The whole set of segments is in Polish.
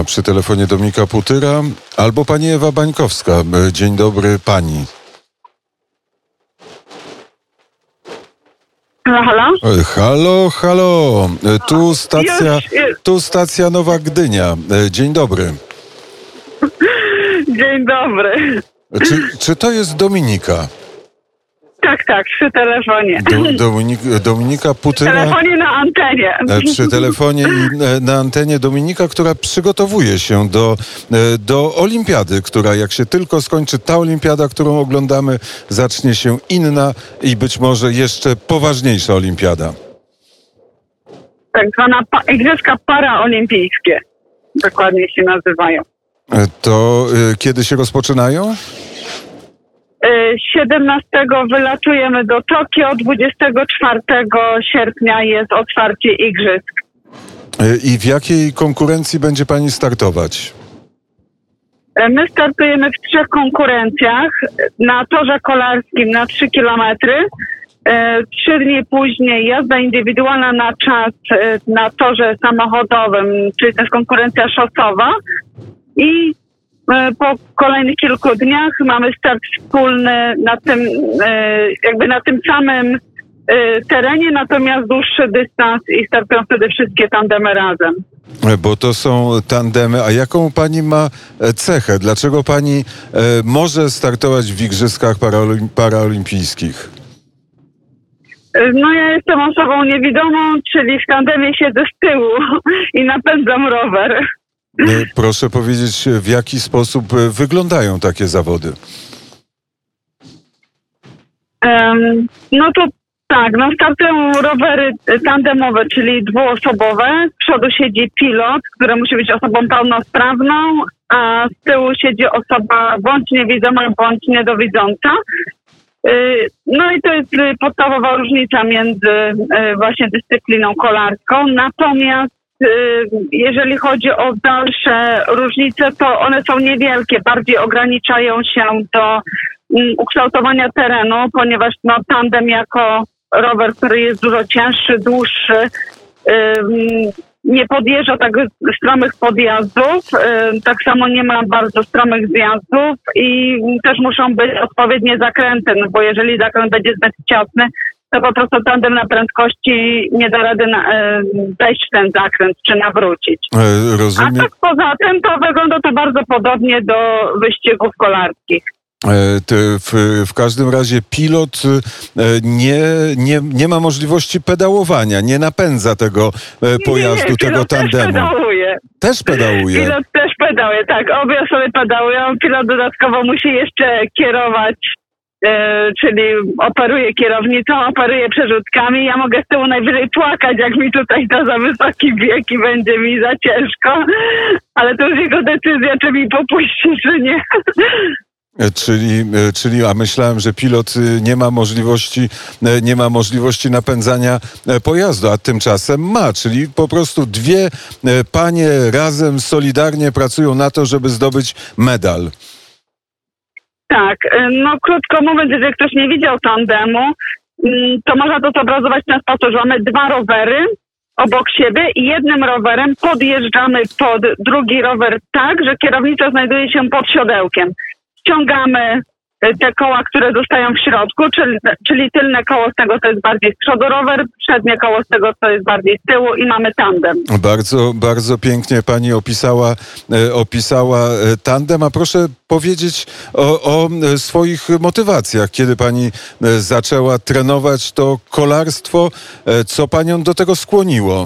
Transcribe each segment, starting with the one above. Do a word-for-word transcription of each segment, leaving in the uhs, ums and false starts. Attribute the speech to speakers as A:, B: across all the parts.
A: A przy telefonie Dominika Putyra albo pani Ewa Bańkowska. Dzień dobry pani.
B: Halo, halo?
A: Halo, halo. Tu stacja, tu stacja Nowa Gdynia. Dzień dobry.
B: Dzień dobry.
A: Czy, czy to jest Dominika?
B: Tak, tak, przy telefonie.
A: Do, Dominik, Dominika Putyra.
B: Przy telefonie na antenie.
A: Przy telefonie i na antenie Dominika, która przygotowuje się do, do olimpiady, która jak się tylko skończy ta olimpiada, którą oglądamy, zacznie się inna i być może jeszcze poważniejsza olimpiada.
B: Tak zwana pa- Igrzyska Paraolimpijskie. Dokładnie się nazywają.
A: To y, kiedy się rozpoczynają?
B: siedemnastego wylatujemy do Tokio, dwudziestego czwartego sierpnia jest otwarcie igrzysk.
A: I w jakiej konkurencji będzie pani startować?
B: My startujemy w trzech konkurencjach. Na torze kolarskim na trzy kilometry. Trzy dni później jazda indywidualna na czas na torze samochodowym, czyli to jest konkurencja szosowa. I po kolejnych kilku dniach mamy start wspólny na tym, jakby na tym samym terenie, natomiast dłuższy dystans i startują wtedy wszystkie tandemy razem.
A: Bo to są tandemy, a jaką pani ma cechę? Dlaczego pani może startować w Igrzyskach Paraolim- Paraolimpijskich?
B: No ja jestem osobą niewidomą, czyli w tandemie siedzę z tyłu i napędzam rower.
A: Proszę powiedzieć, w jaki sposób wyglądają takie zawody?
B: Um, no to tak, no startują rowery tandemowe, czyli dwuosobowe. Z przodu siedzi pilot, który musi być osobą pełnosprawną, a z tyłu siedzi osoba bądź niewidoma, bądź niedowidząca. No i to jest podstawowa różnica między właśnie dyscypliną kolarską. Natomiast jeżeli chodzi o dalsze różnice, to one są niewielkie. Bardziej ograniczają się do ukształtowania terenu, ponieważ no, tandem jako rower, który jest dużo cięższy, dłuższy, nie podjeżdża tak stromych podjazdów, tak samo nie ma bardzo stromych zjazdów i też muszą być odpowiednie zakręty, no bo jeżeli zakręt będzie zbyt ciasny, to po prostu tandem na prędkości nie da rady na, e, wejść w ten zakręt czy nawrócić.
A: E, rozumiem.
B: A tak poza tym to wygląda to bardzo podobnie do wyścigów kolarskich.
A: W, w każdym razie pilot nie, nie, nie ma możliwości pedałowania, nie napędza tego pojazdu,
B: nie, nie,
A: tego tandemu.
B: Też pedałuje.
A: Też pedałuje.
B: Pilot też pedałuje, tak. Obie osoby pedałują. Pilot dodatkowo musi jeszcze kierować, e, czyli operuje kierownicą, operuje przerzutkami. Ja mogę z tyłu najwyżej płakać, jak mi tutaj to za wysoki bieg i będzie mi za ciężko. Ale to już jego decyzja, czy mi popuści, czy nie.
A: Czyli, czyli, a myślałem, że pilot nie ma możliwości, nie ma możliwości napędzania pojazdu, a tymczasem ma, czyli po prostu dwie panie razem solidarnie pracują na to, żeby zdobyć medal.
B: Tak, no krótko mówiąc, jeżeli ktoś nie widział tandemu, to można to zobrazować w ten sposób, że mamy dwa rowery obok siebie i jednym rowerem podjeżdżamy pod drugi rower tak, że kierownica znajduje się pod siodełkiem. Ściągamy te koła, które zostają w środku, czyli, czyli tylne koło z tego, co jest bardziej z przodu rower, przednie koło z tego, co jest bardziej z tyłu i mamy tandem.
A: Bardzo, bardzo pięknie pani opisała, opisała tandem, a proszę powiedzieć o, o swoich motywacjach. Kiedy pani zaczęła trenować to kolarstwo, co panią do tego skłoniło?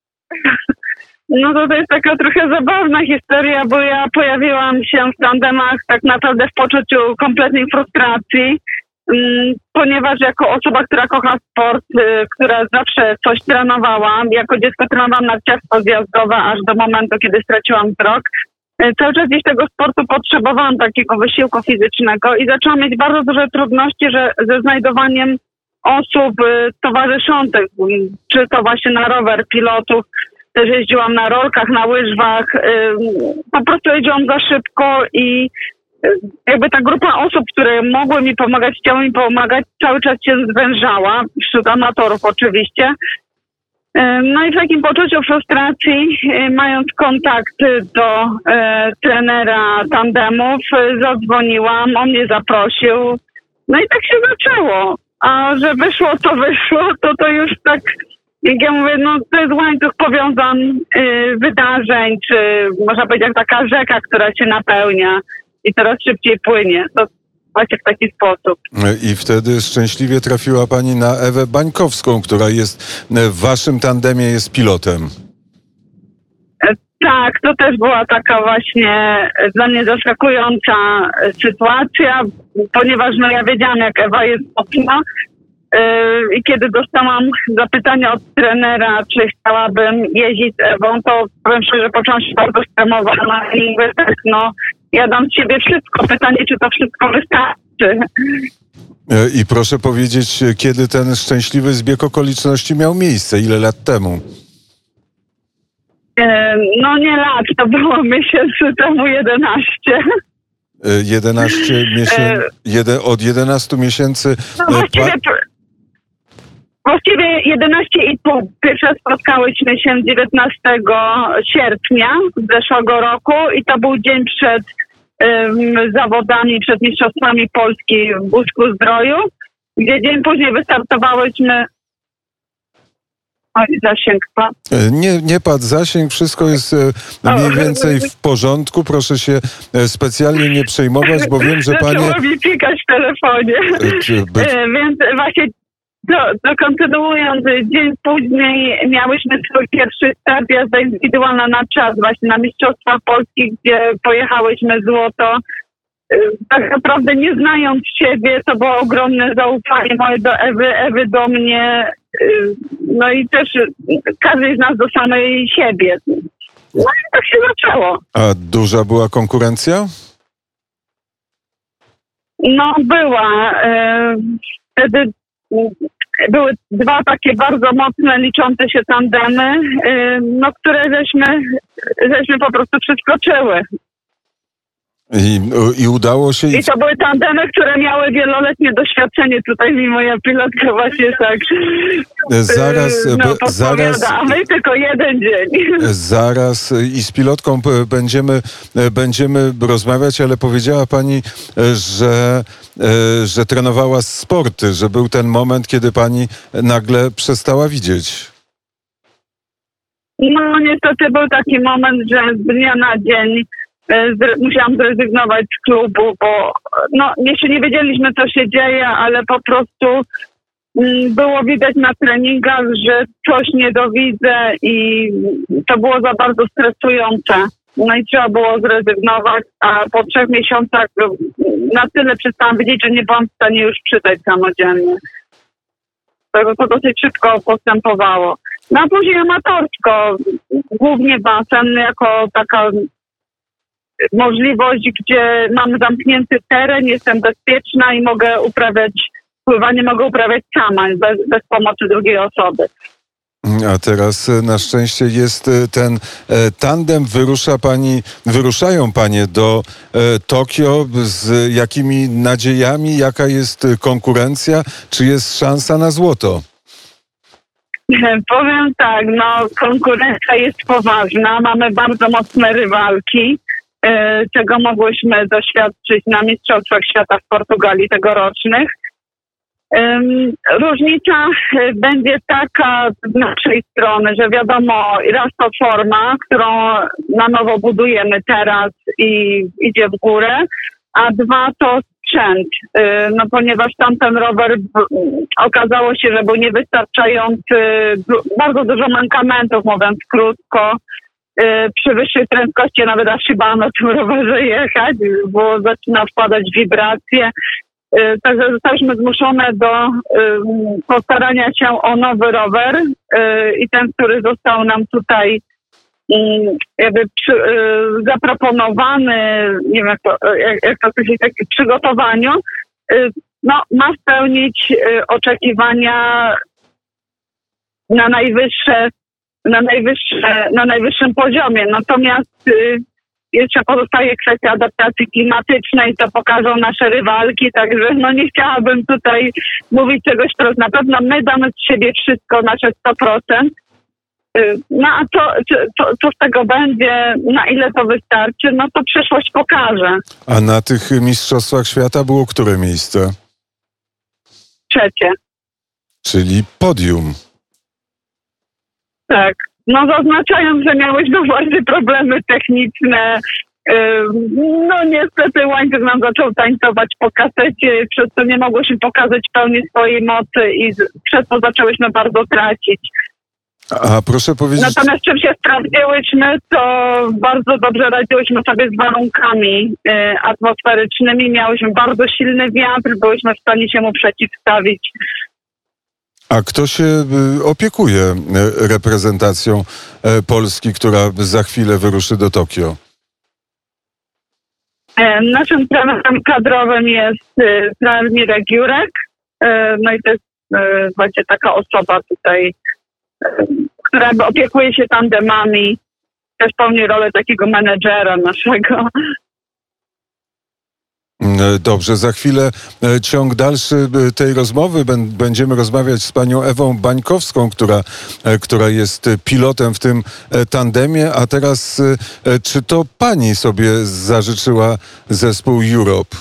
B: No to, to jest taka trochę zabawna historia, bo ja pojawiłam się w tandemach tak naprawdę w poczuciu kompletnej frustracji, ponieważ jako osoba, która kocha sport, która zawsze coś trenowała, jako dziecko trenowałam narciarstwo zjazdowe aż do momentu, kiedy straciłam wzrok. Cały czas gdzieś tego sportu potrzebowałam, takiego wysiłku fizycznego i zaczęłam mieć bardzo duże trudności że ze znajdowaniem osób towarzyszących, czy to właśnie na rower pilotów. Też jeździłam na rolkach, na łyżwach, po prostu jeździłam za szybko i jakby ta grupa osób, które mogły mi pomagać, chciały mi pomagać, cały czas się zwężała, wśród amatorów oczywiście. No i w takim poczuciu frustracji, mając kontakt do e, trenera tandemów, zadzwoniłam, on mnie zaprosił. No i tak się zaczęło. A że wyszło, to wyszło, to to już tak, jak ja mówię, no to jest łańcuch powiązań y, wydarzeń, czy można powiedzieć jak taka rzeka, która się napełnia i coraz szybciej płynie. To właśnie w taki sposób.
A: I wtedy szczęśliwie trafiła pani na Ewę Bańkowską, która jest w waszym tandemie, jest pilotem.
B: Tak, to też była taka właśnie dla mnie zaskakująca sytuacja, ponieważ no ja wiedziałam, jak Ewa jest mocna yy, i kiedy dostałam zapytanie od trenera, czy chciałabym jeździć z Ewą, to powiem szczerze, poczułam się bardzo stremowana i mówię tak, no ja dam z siebie wszystko. Pytanie, czy to wszystko wystarczy.
A: I proszę powiedzieć, kiedy ten szczęśliwy zbieg okoliczności miał miejsce? Ile lat temu?
B: No nie lat, to było miesięcy temu jedenaście.
A: jedenaście miesięcy, jeden, od jedenastu miesięcy...
B: No właściwie, właściwie jedenaście i pół. Pierwsze spotkałyśmy się dziewiętnastego sierpnia zeszłego roku i to był dzień przed um, zawodami, przed Mistrzostwami Polski w Busku Zdroju, gdzie dzień później wystartowałyśmy. Oj, zasięg padł.
A: Nie, nie padł zasięg, wszystko jest mniej więcej w porządku. Proszę się specjalnie nie przejmować, bo wiem, że panie...
B: Zaczęło mi pikać w telefonie. Być... Więc właśnie to, to kontynuując, dzień później miałyśmy swój pierwszy start, jazda indywidualna na czas właśnie na Mistrzostwach Polskich, gdzie pojechałyśmy złoto. Tak naprawdę nie znając siebie, to było ogromne zaufanie moje do Ewy, Ewy do mnie, no i też każdy z nas do samej siebie. No i tak się zaczęło.
A: A duża była konkurencja?
B: No była. Wtedy były dwa takie bardzo mocne, liczące się tandemy, no które żeśmy, żeśmy po prostu przeskoczyły.
A: I, I udało się...
B: I to były tandemy, które miały wieloletnie doświadczenie. Tutaj mi moja pilotka właśnie tak
A: zaraz,
B: no,
A: be, zaraz,
B: a my tylko jeden dzień.
A: Zaraz i z pilotką będziemy, będziemy rozmawiać, ale powiedziała pani, że, że trenowała sporty, że był ten moment, kiedy pani nagle przestała widzieć.
B: No niestety był taki moment, że z dnia na dzień musiałam zrezygnować z klubu, bo no, jeszcze nie wiedzieliśmy, co się dzieje, ale po prostu było widać na treningach, że coś nie dowidzę i to było za bardzo stresujące. No i trzeba było zrezygnować, a po trzech miesiącach na tyle przestałam wiedzieć, że nie byłam w stanie już czytać samodzielnie. To, to dosyć szybko postępowało. No a później amatorsko, głównie basen jako taka możliwość, gdzie mam zamknięty teren, jestem bezpieczna i mogę uprawiać, pływanie mogę uprawiać sama, bez, bez pomocy drugiej osoby.
A: A teraz na szczęście jest ten tandem, wyrusza pani, wyruszają panie do Tokio. Z jakimi nadziejami, jaka jest konkurencja, czy jest szansa na złoto?
B: Powiem tak, no konkurencja jest poważna, mamy bardzo mocne rywalki, czego mogłyśmy doświadczyć na Mistrzostwach Świata w Portugalii tegorocznych. Różnica będzie taka z naszej strony, że wiadomo, raz to forma, którą na nowo budujemy teraz i idzie w górę, a dwa to sprzęt, no ponieważ tamten rower okazało się, że był niewystarczający, bardzo dużo mankamentów, mówiąc krótko. Przy wyższej prędkości nawet aż się bałam na tym rowerze jechać, bo zaczyna wpadać wibracje. Także zostaliśmy zmuszone do um, postarania się o nowy rower um, i ten, który został nam tutaj um, jakby przy, um, zaproponowany, nie wiem jak to, jak, jak to powiedzieć, tak, w przygotowaniu, um, no, ma spełnić um, oczekiwania na najwyższe, na najwyższe, na najwyższym poziomie. Natomiast um, jeszcze pozostaje kwestia adaptacji klimatycznej, to pokażą nasze rywalki, także no nie chciałabym tutaj mówić czegoś, co na pewno my damy z siebie wszystko, nasze sto procent, No a co, co, co z tego będzie, na ile to wystarczy, no to przyszłość pokaże.
A: A na tych mistrzostwach świata było które miejsce?
B: Trzecie.
A: Czyli podium.
B: Tak. No zaznaczają, że miałyśmy właśnie problemy techniczne. No niestety łańcuch nam zaczął tańcować po kasecie, przez co nie mogłyśmy pokazać pełni swojej mocy i przez to zaczęłyśmy bardzo tracić.
A: A proszę powiedzieć...
B: Natomiast czym się sprawdziłyśmy, to bardzo dobrze radziłyśmy sobie z warunkami y, atmosferycznymi. Miałyśmy bardzo silny wiatr, byłyśmy w stanie się mu przeciwstawić.
A: A kto się y, opiekuje y, reprezentacją y, Polski, która za chwilę wyruszy do Tokio?
B: Y, naszym trenerem kadrowym jest y, trener Mirek Jurek. Y, no i to jest y, właśnie taka osoba tutaj, która opiekuje się tandemami, też pełni rolę takiego menedżera naszego.
A: Dobrze, za chwilę ciąg dalszy tej rozmowy. Będziemy rozmawiać z panią Ewą Bańkowską, która, która jest pilotem w tym tandemie. A teraz, czy to pani sobie zażyczyła zespół Europe?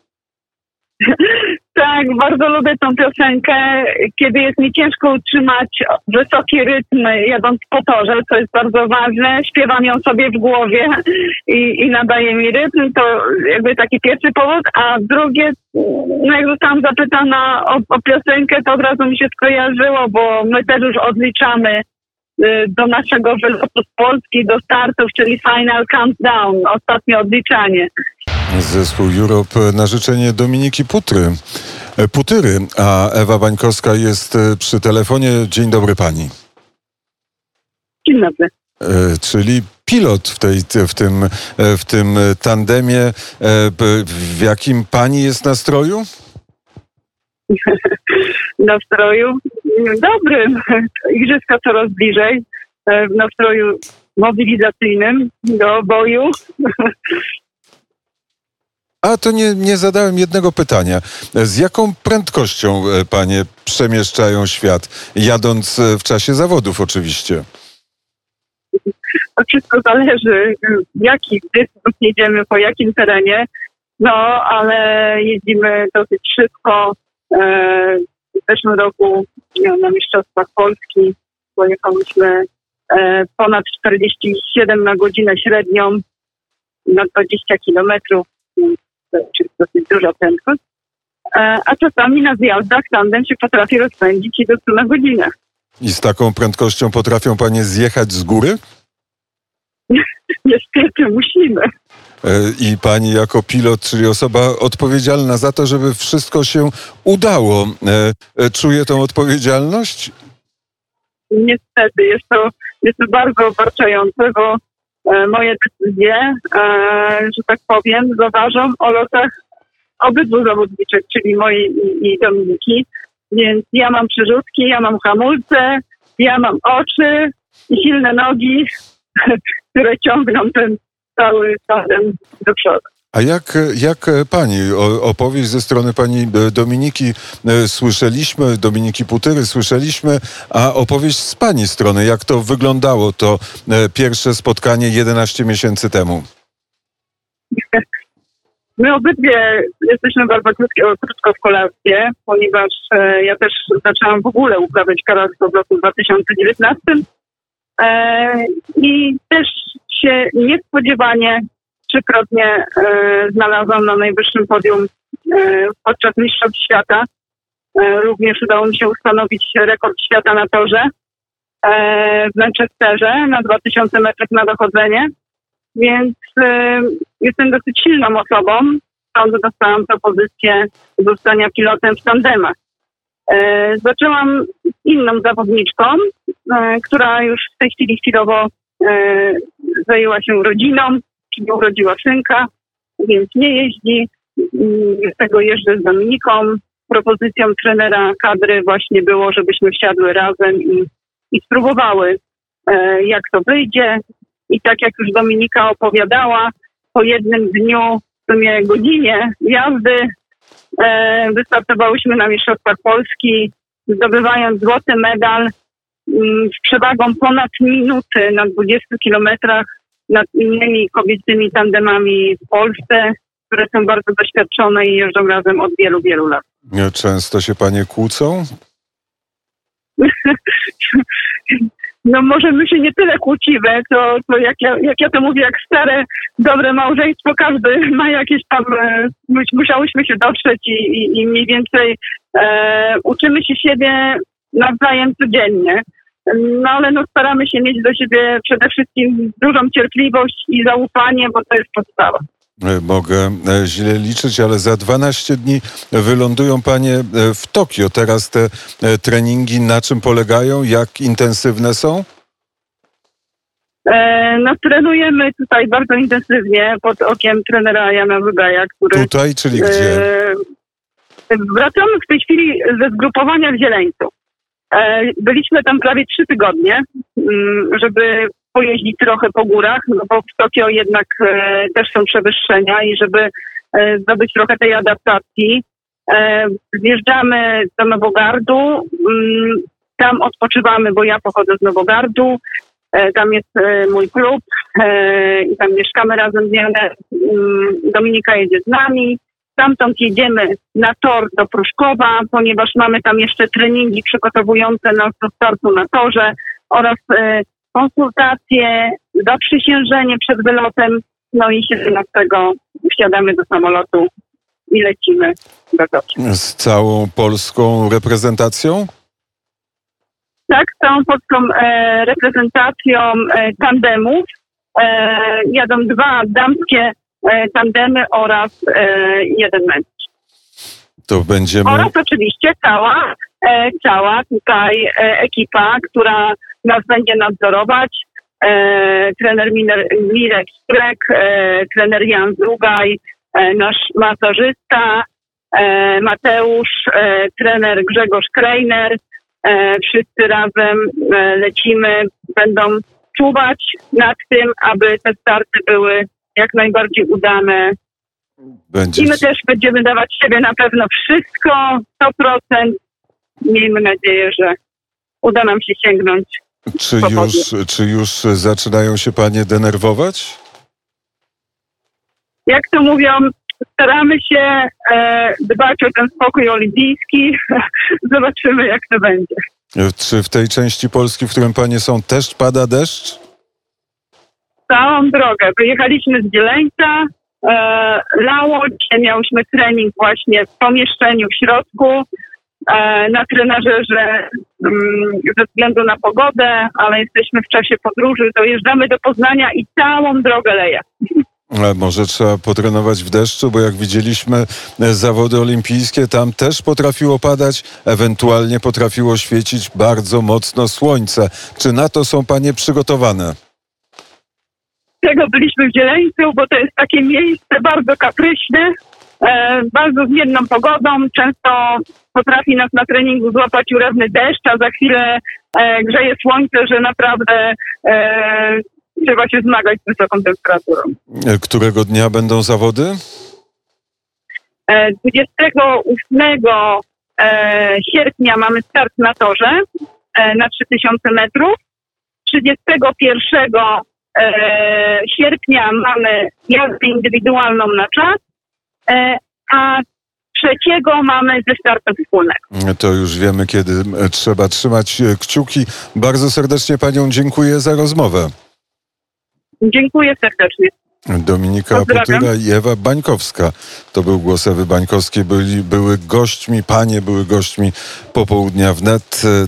B: Tak, bardzo lubię tą piosenkę, kiedy jest mi ciężko utrzymać wysoki rytm jadąc po torze, co jest bardzo ważne. Śpiewam ją sobie w głowie i, i nadaje mi rytm. To jakby taki pierwszy powód, a drugie, no jak zostałam zapytana o, o piosenkę, to od razu mi się skojarzyło, bo my też już odliczamy do naszego wylotu z Polski, do startów, czyli Final Countdown, ostatnie odliczanie.
A: Zespół Europe na życzenie Dominiki Putry. Putyry, a Ewa Bańkowska jest przy telefonie. Dzień dobry pani.
B: Dzień dobry.
A: Czyli pilot w, tej, w, tym, w tym tandemie. W jakim pani jest nastroju?
B: Nastroju dobrym. Igrzyska coraz bliżej. W nastroju mobilizacyjnym do boju.
A: A to nie, nie zadałem jednego pytania. Z jaką prędkością panie przemieszczają świat, jadąc w czasie zawodów oczywiście?
B: To wszystko zależy, jaki dystans jedziemy, po jakim terenie. No, ale jeździmy dosyć szybko. W zeszłym roku na Mistrzostwach Polski pojechałyśmy ponad czterdzieści siedem na godzinę średnią na dwadzieścia kilometrów. Czyli dosyć duża prędkość, a czasami na zjazdach tandem się potrafi rozpędzić i do stu na godzinę.
A: I z taką prędkością potrafią panie zjechać z góry?
B: Niestety musimy.
A: I pani jako pilot, czyli osoba odpowiedzialna za to, żeby wszystko się udało, czuje tą odpowiedzialność?
B: Niestety, jest to, jest to bardzo obarczające, bo moje decyzje, że tak powiem, zaważą o losach obydwu zawodniczek, czyli mojej i, i Dominiki. Więc ja mam przerzutki, ja mam hamulce, ja mam oczy i silne nogi, które ciągną ten cały tandem do przodu.
A: A jak, jak pani, opowieść ze strony pani Dominiki słyszeliśmy, Dominiki Putyry słyszeliśmy, a opowieść z pani strony, jak to wyglądało to pierwsze spotkanie jedenaście miesięcy temu?
B: My obydwie jesteśmy bardzo krótko, krótko w kolację, ponieważ ja też zaczęłam w ogóle uprawiać karate w roku dwa tysiące dziewiętnastym i też się niespodziewanie trzykrotnie e, znalazłam na najwyższym podium e, podczas Mistrzostw Świata. E, również udało mi się ustanowić rekord świata na torze e, w Manchesterze na dwa tysiące metrów na dochodzenie. Więc e, jestem dosyć silną osobą. Stąd dostałam propozycję zostania pilotem w tandemach. E, zaczęłam z inną zawodniczką, e, która już w tej chwili chwilowo e, zajęła się rodziną. Czyli urodziła synka, więc nie jeździ. Z tego jeżdżę z Dominiką. Propozycją trenera kadry właśnie było, żebyśmy wsiadły razem i, i spróbowały, e, jak to wyjdzie. I tak jak już Dominika opowiadała, po jednym dniu, w sumie godzinie jazdy, e, wystartowałyśmy na Mistrzostwach Polski, zdobywając złoty medal z przewagą ponad minuty na dwudziestu kilometrach nad innymi kobiecymi tandemami w Polsce, które są bardzo doświadczone i jeżdżą razem od wielu, wielu lat.
A: Często się panie kłócą?
B: No może my się nie tyle kłócimy, to, to jak, ja, jak ja to mówię, jak stare, dobre małżeństwo, każdy ma jakieś tam, e, musiałyśmy się dotrzeć i, i, i mniej więcej e, uczymy się siebie nawzajem codziennie. No ale no staramy się mieć do siebie przede wszystkim dużą cierpliwość i zaufanie, bo to jest podstawa.
A: Mogę źle liczyć, ale za dwanaście dni wylądują panie w Tokio. Teraz te treningi na czym polegają? Jak intensywne są?
B: E, no trenujemy tutaj bardzo intensywnie pod okiem trenera Jana Wygaja, który...
A: Tutaj, czyli gdzie?
B: E, wracamy w tej chwili ze zgrupowania w Zieleńcu. E, byliśmy tam prawie trzy tygodnie, żeby pojeździć trochę po górach, no bo w Tokio jednak e, też są przewyższenia i żeby e, zdobyć trochę tej adaptacji. E, wjeżdżamy do Nowogardu, mm, tam odpoczywamy, bo ja pochodzę z Nowogardu, e, tam jest e, mój klub e, i tam mieszkamy razem z nią. Mm, Dominika jedzie z nami. Stamtąd jedziemy na tor do Pruszkowa, ponieważ mamy tam jeszcze treningi przygotowujące nas do startu na torze oraz e, konsultacje, zaprzysiężenie przed wylotem, no i siedemnastego wsiadamy do samolotu i lecimy do Tokio.
A: Z całą polską reprezentacją?
B: Tak, z całą polską e, reprezentacją e, tandemów. E, jadą dwa damskie e, tandemy oraz e, jeden męski.
A: To będziemy...
B: Oraz oczywiście cała, e, cała tutaj e, ekipa, która nas będzie nadzorować. E, trener Miner, Mirek Strek, e, trener Jan Zrugaj, e, nasz masażysta, e, Mateusz, e, trener Grzegorz Krejner. E, wszyscy razem e, lecimy, będą czuwać nad tym, aby te starty były jak najbardziej udane.
A: Będzie...
B: I my też będziemy dawać siebie na pewno wszystko, sto procent. Miejmy nadzieję, że uda nam się sięgnąć.
A: Czy już, czy już zaczynają się panie denerwować?
B: Jak to mówią, staramy się e, dbać o ten spokój olimpijski. Zobaczymy, jak to będzie.
A: Czy w tej części Polski, w którym panie są, też pada deszcz?
B: Całą drogę. Wyjechaliśmy z Zieleńca, e, lało, dzisiaj miałyśmy trening właśnie w pomieszczeniu w środku. Na trenażerze ze względu na pogodę, ale jesteśmy w czasie podróży, dojeżdżamy do Poznania i całą drogę leje.
A: Ale może trzeba potrenować w deszczu, bo jak widzieliśmy zawody olimpijskie, tam też potrafiło padać, ewentualnie potrafiło świecić bardzo mocno słońce. Czy na to są panie przygotowane?
B: Tego byliśmy w Zieleńcu, bo to jest takie miejsce bardzo kapryśne, e, bardzo zmienną pogodą. Często potrafi nas na treningu złapać urewny deszcz, a za chwilę e, grzeje słońce, że naprawdę e, trzeba się zmagać z wysoką temperaturą.
A: Którego dnia będą zawody?
B: E, dwudziestego ósmego e, sierpnia mamy start na torze e, na trzy tysiące metrów. trzydziestego pierwszego e, sierpnia mamy jazdę indywidualną na czas, e, a trzeciego mamy ze startem wspólnego.
A: To już wiemy, kiedy trzeba trzymać kciuki. Bardzo serdecznie panią dziękuję za rozmowę.
B: Dziękuję serdecznie.
A: Dominika Potyra i Ewa Bańkowska. To był głos Ewy Bańkowskiej. Byli, były gośćmi, panie były gośćmi popołudnia wnet.